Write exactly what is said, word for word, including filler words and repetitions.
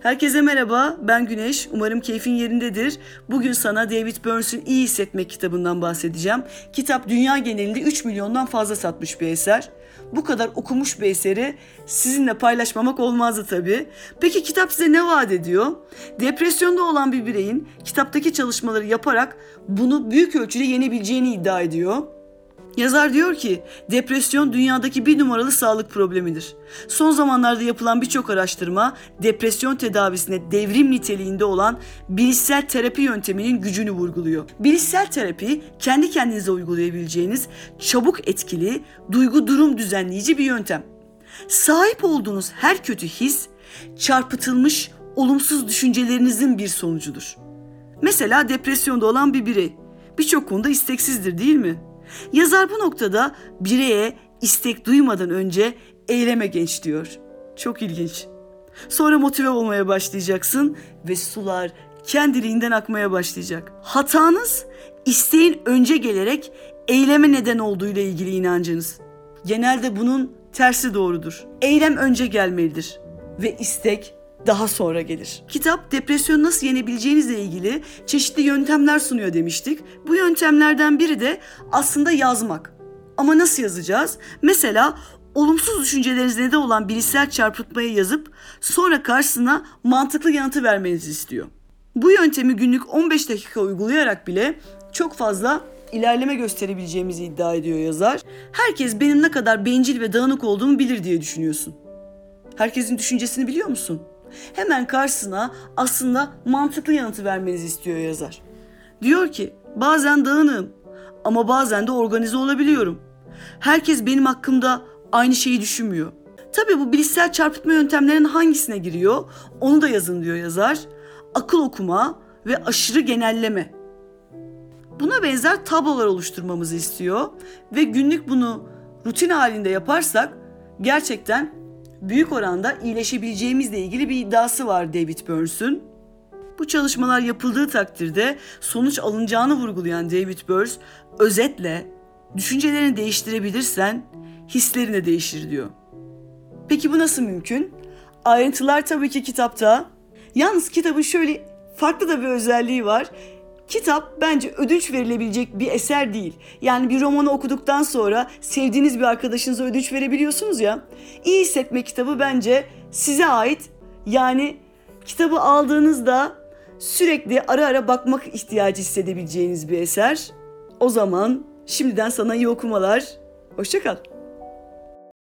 Herkese merhaba, ben Güneş. Umarım keyfin yerindedir. Bugün sana David Burns'ün İyi Hissetmek kitabından bahsedeceğim. Kitap dünya genelinde üç milyondan fazla satmış bir eser. Bu kadar okumuş bir eseri sizinle paylaşmamak olmazdı tabii. Peki kitap size ne vaat ediyor? Depresyonda olan bir bireyin kitaptaki çalışmaları yaparak bunu büyük ölçüde yenebileceğini iddia ediyor. Yazar diyor ki, depresyon dünyadaki bir numaralı sağlık problemidir. Son zamanlarda yapılan birçok araştırma, depresyon tedavisine devrim niteliğinde olan bilişsel terapi yönteminin gücünü vurguluyor. Bilişsel terapi, kendi kendinize uygulayabileceğiniz çabuk etkili, duygu durum düzenleyici bir yöntem. Sahip olduğunuz her kötü his, çarpıtılmış olumsuz düşüncelerinizin bir sonucudur. Mesela depresyonda olan bir birey, birçok konuda isteksizdir değil mi? Yazar bu noktada bireye istek duymadan önce eyleme geç diyor. Çok ilginç. Sonra motive olmaya başlayacaksın ve sular kendiliğinden akmaya başlayacak. Hatanız isteğin önce gelerek eyleme neden olduğuyla ilgili inancınız. Genelde bunun tersi doğrudur. Eylem önce gelmelidir ve istek daha sonra gelir. Kitap depresyonu nasıl yenebileceğinizle ilgili çeşitli yöntemler sunuyor demiştik. Bu yöntemlerden biri de aslında yazmak. Ama nasıl yazacağız? Mesela olumsuz düşüncelerinizde neden olan bilişsel çarpıtmayı yazıp sonra karşısına mantıklı yanıtı vermenizi istiyor. Bu yöntemi günlük on beş dakika uygulayarak bile çok fazla ilerleme gösterebileceğimizi iddia ediyor yazar. Herkes benim ne kadar bencil ve dağınık olduğumu bilir diye düşünüyorsun. Herkesin düşüncesini biliyor musun? Hemen karşısına aslında mantıklı yanıtı vermenizi istiyor yazar. Diyor ki, bazen dağınığım ama bazen de organize olabiliyorum. Herkes benim hakkımda aynı şeyi düşünmüyor. Tabii bu bilişsel çarpıtma yöntemlerinin hangisine giriyor onu da yazın diyor yazar. Akıl okuma ve aşırı genelleme. Buna benzer tablolar oluşturmamızı istiyor ve günlük bunu rutin halinde yaparsak gerçekten büyük oranda iyileşebileceğimizle ilgili bir iddiası var David Burns'ün. Bu çalışmalar yapıldığı takdirde sonuç alınacağını vurgulayan David Burns, özetle düşüncelerini değiştirebilirsen hislerin de değişir diyor. Peki bu nasıl mümkün? Ayrıntılar tabii ki kitapta. Yalnız kitabın şöyle farklı da bir özelliği var. Kitap bence ödünç verilebilecek bir eser değil. Yani bir romanı okuduktan sonra sevdiğiniz bir arkadaşınıza ödünç verebiliyorsunuz ya. İyi Hissetmek kitabı bence size ait. Yani kitabı aldığınızda sürekli ara ara bakmak ihtiyacı hissedebileceğiniz bir eser. O zaman şimdiden sana iyi okumalar. Hoşça kal.